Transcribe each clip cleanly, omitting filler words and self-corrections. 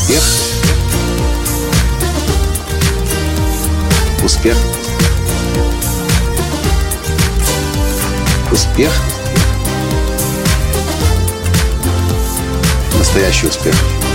Успех. Успех. Успех. Настоящий успех.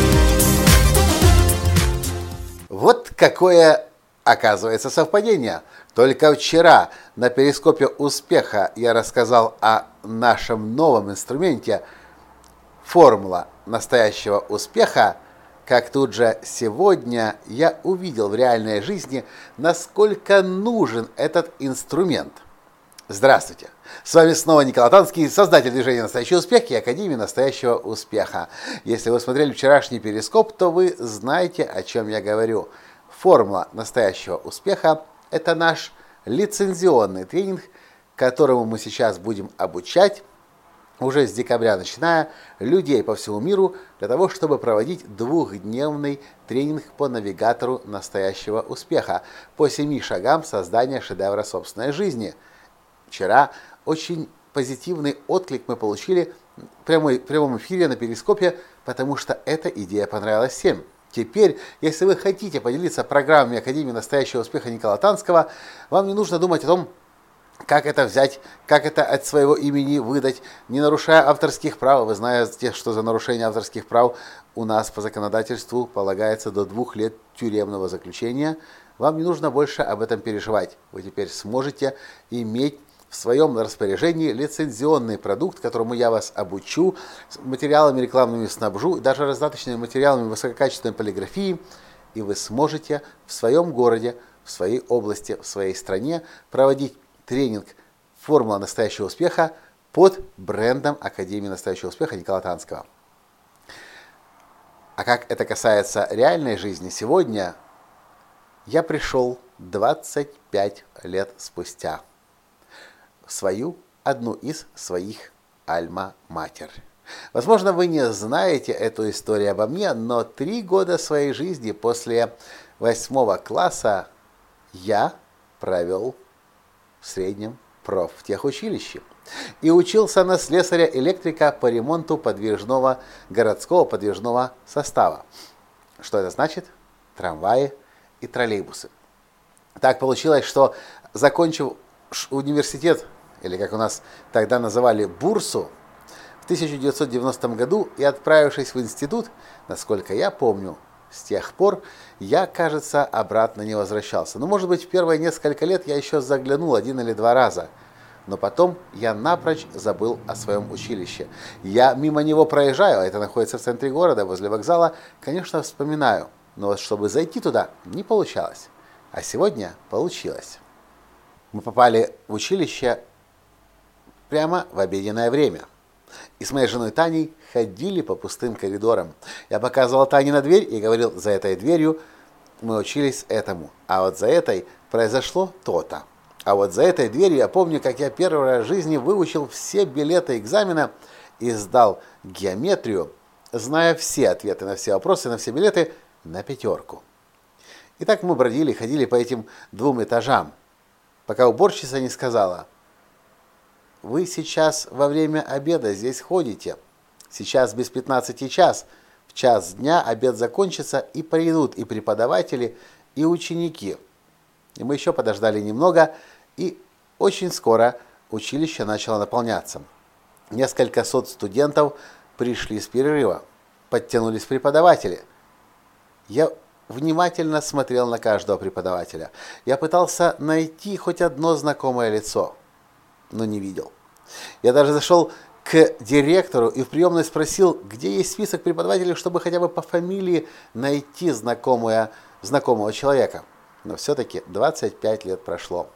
Вот какое, оказывается, совпадение. Только вчера на перископе успеха я рассказал о нашем новом инструменте «Формула настоящего успеха», как тут же сегодня я увидел в реальной жизни, насколько нужен этот инструмент. Здравствуйте! С вами снова Николай Танский, создатель движения «Настоящий успех» и Академии настоящего успеха. Если вы смотрели вчерашний перископ, то вы знаете, о чем я говорю. Формула настоящего успеха – это наш лицензионный тренинг, которому мы сейчас будем обучать уже с декабря начиная людей по всему миру для того, чтобы проводить двухдневный тренинг по навигатору настоящего успеха по 7 шагам создания шедевра собственной жизни. Вчера очень позитивный отклик мы получили в прямом эфире на перископе, потому что эта идея понравилась всем. Теперь, если вы хотите поделиться программами Академии настоящего успеха Николая Танского, вам не нужно думать о том, как это взять, как это от своего имени выдать, не нарушая авторских прав. Вы знаете, что за нарушение авторских прав у нас по законодательству полагается до 2 лет тюремного заключения. Вам не нужно больше об этом переживать. Вы теперь сможете иметь в своем распоряжении лицензионный продукт, которому я вас обучу, с материалами рекламными снабжу, даже раздаточными материалами высококачественной полиграфии, и вы сможете в своем городе, в своей области, в своей стране проводить тренинг «Формула настоящего успеха» под брендом Академии настоящего успеха Николая Танского. А как это касается реальной жизни, сегодня я пришел 25 лет спустя в одну из своих альма-матер. Возможно, вы не знаете эту историю обо мне, но 3 года своей жизни после 8 класса я провел в среднем профтехучилище и учился на слесаря-электрика по ремонту городского подвижного состава. Что это значит? Трамваи и троллейбусы. Так получилось, что, закончив университет, или как у нас тогда называли бурсу, в 1990 году и отправившись в институт, насколько я помню, с тех пор я, кажется, обратно не возвращался. Может быть, в первые несколько лет я еще заглянул 1 или 2 раза. Но потом я напрочь забыл о своем училище. Я мимо него проезжаю, а это находится в центре города, возле вокзала, конечно, вспоминаю. Но вот чтобы зайти туда, не получалось. А сегодня получилось. Мы попали в училище прямо в обеденное время. И с моей женой Таней ходили по пустым коридорам. Я показывал Тане на дверь и говорил: за этой дверью мы учились этому, а вот за этой произошло то-то. А вот за этой дверью я помню, как я первый раз в жизни выучил все билеты экзамена и сдал геометрию, зная все ответы на все вопросы, на все билеты на 5. И так мы бродили, ходили по этим 2 этажам, пока уборщица не сказала: вы сейчас во время обеда здесь ходите. Сейчас без 15 час. В час дня обед закончится, и придут и преподаватели, и ученики. И мы еще подождали немного, и очень скоро училище начало наполняться. Несколько сот студентов пришли с перерыва. Подтянулись преподаватели. Я внимательно смотрел на каждого преподавателя. Я пытался найти хоть одно знакомое лицо, но не видел. Я даже зашел к директору и в приемной спросил, где есть список преподавателей, чтобы хотя бы по фамилии найти знакомого человека. Но все-таки 25 лет прошло.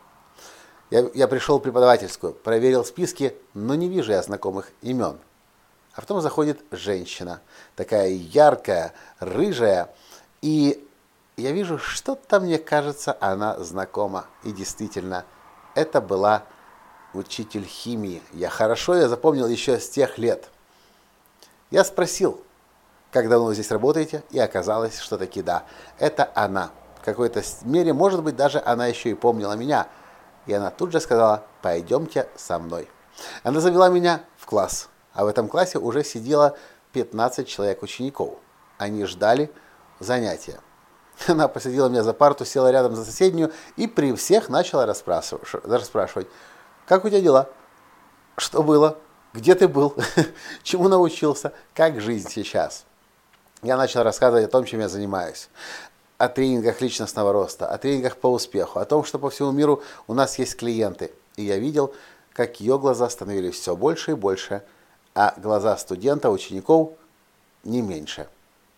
Я пришел в преподавательскую, проверил списки, но не вижу я знакомых имен. А потом заходит женщина, такая яркая, рыжая, и я вижу, что-то, мне кажется, она знакома. И действительно, это была учитель химии. Я запомнил еще с тех лет. Я спросил, как давно вы здесь работаете, и оказалось, что таки да, это она. В какой-то мере, может быть, даже она еще и помнила меня. И она тут же сказала: пойдемте со мной. Она завела меня в класс, а в этом классе уже сидело 15 человек учеников. Они ждали занятие. Она посадила меня за парту, села рядом за соседнюю и при всех начала расспрашивать. Как у тебя дела? Что было? Где ты был? Чему научился? Как жизнь сейчас? Я начал рассказывать о том, чем я занимаюсь. О тренингах личностного роста, о тренингах по успеху, о том, что по всему миру у нас есть клиенты. И я видел, как ее глаза становились все больше и больше, а глаза студента, учеников не меньше.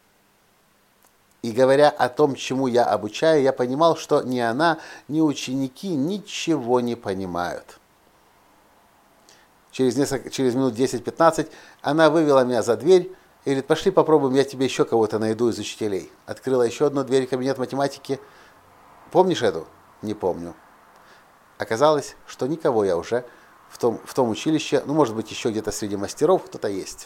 И говоря о том, чему я обучаю, я понимал, что ни она, ни ученики ничего не понимают. Через минут 10-15 она вывела меня за дверь и говорит: пошли попробуем, я тебе еще кого-то найду из учителей. Открыла еще одну дверь, кабинет математики. Помнишь эту? Не помню. Оказалось, что никого я уже в том училище, может быть, еще где-то среди мастеров кто-то есть.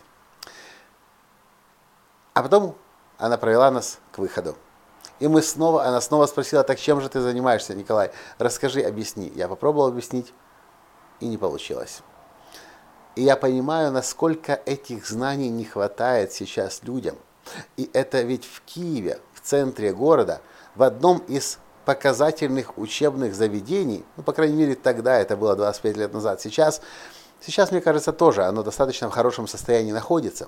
А потом она провела нас к выходу. И она снова спросила: так чем же ты занимаешься, Николай? Расскажи, объясни. Я попробовал объяснить, и не получилось. И я понимаю, насколько этих знаний не хватает сейчас людям. И это ведь в Киеве, в центре города, в одном из показательных учебных заведений, по крайней мере тогда, это было 25 лет назад, сейчас, мне кажется, тоже оно достаточно в хорошем состоянии находится.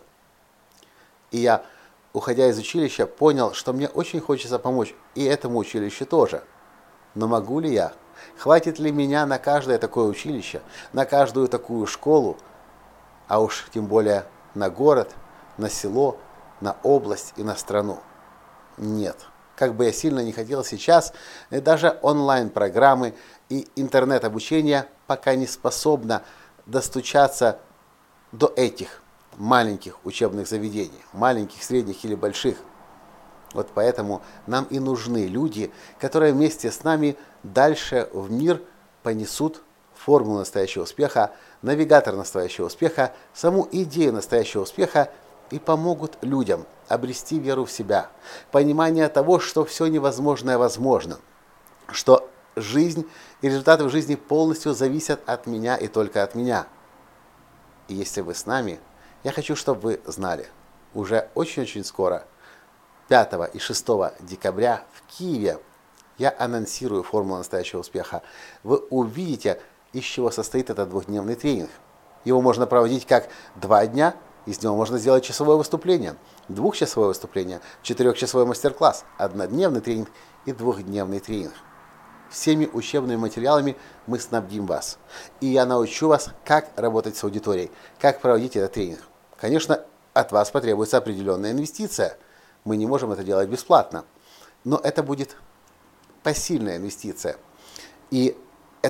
И я, уходя из училища, понял, что мне очень хочется помочь и этому училищу тоже. Но могу ли я? Хватит ли меня на каждое такое училище, на каждую такую школу, а уж тем более на город, на село, на область и на страну? Нет. Как бы я сильно не хотел сейчас, даже онлайн-программы и интернет-обучение пока не способны достучаться до этих маленьких учебных заведений, маленьких, средних или больших. Вот поэтому нам и нужны люди, которые вместе с нами дальше в мир понесут формулу настоящего успеха, навигатор настоящего успеха, саму идею настоящего успеха и помогут людям обрести веру в себя, понимание того, что все невозможное возможно, что жизнь и результаты в жизни полностью зависят от меня и только от меня. И если вы с нами, я хочу, чтобы вы знали, уже очень-очень скоро, 5 и 6 декабря в Киеве, я анонсирую формулу настоящего успеха. Вы увидите, из чего состоит этот двухдневный тренинг. Его можно проводить как 2 дня, из него можно сделать часовое выступление, 2-часовое выступление, 4-часовой мастер-класс, 1-дневный тренинг и 2-дневный тренинг. Всеми учебными материалами мы снабдим вас. И я научу вас, как работать с аудиторией, как проводить этот тренинг. Конечно, от вас потребуется определенная инвестиция. Мы не можем это делать бесплатно. Но это будет посильная инвестиция. И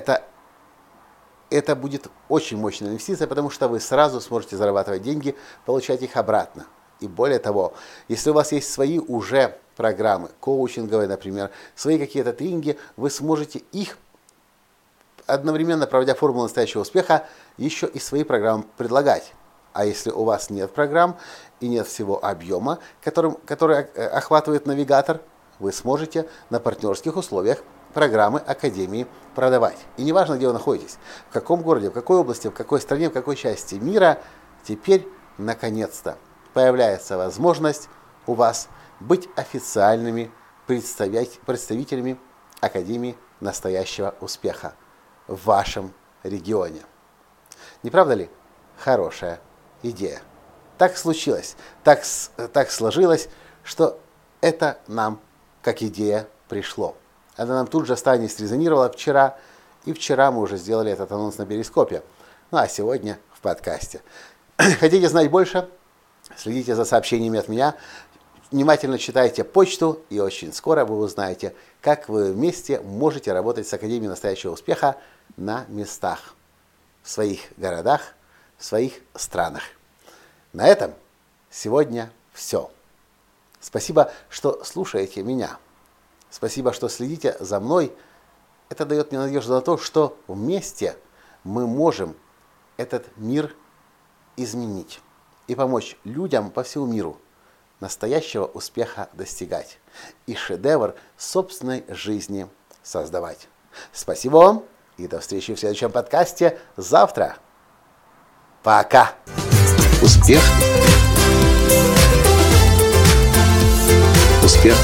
это будет очень мощная инвестиция, потому что вы сразу сможете зарабатывать деньги, получать их обратно. И более того, если у вас есть свои уже программы, коучинговые, например, свои какие-то тренинги, вы сможете их, одновременно проводя формулу настоящего успеха, еще и свои программы предлагать. А если у вас нет программ и нет всего объема, который охватывает навигатор, вы сможете на партнерских условиях программы Академии продавать. И неважно, где вы находитесь, в каком городе, в какой области, в какой стране, в какой части мира, теперь, наконец-то, появляется возможность у вас быть официальными представителями Академии настоящего успеха в вашем регионе. Не правда ли? Хорошая идея. Так случилось, так сложилось, что это нам как идея пришло. Она нам тут же станет срезонировала вчера, и вчера мы уже сделали этот анонс на Перископе. А сегодня в подкасте. Хотите знать больше? Следите за сообщениями от меня, внимательно читайте почту, и очень скоро вы узнаете, как вы вместе можете работать с Академией настоящего успеха на местах, в своих городах, в своих странах. На этом сегодня все. Спасибо, что слушаете меня. Спасибо, что следите за мной. Это дает мне надежду на то, что вместе мы можем этот мир изменить и помочь людям по всему миру настоящего успеха достигать и шедевр собственной жизни создавать. Спасибо вам и до встречи в следующем подкасте завтра. Пока! Успех! Успех!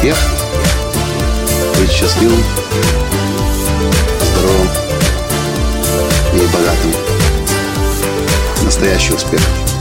успех, быть счастливым, здоровым и богатым. Настоящий успех.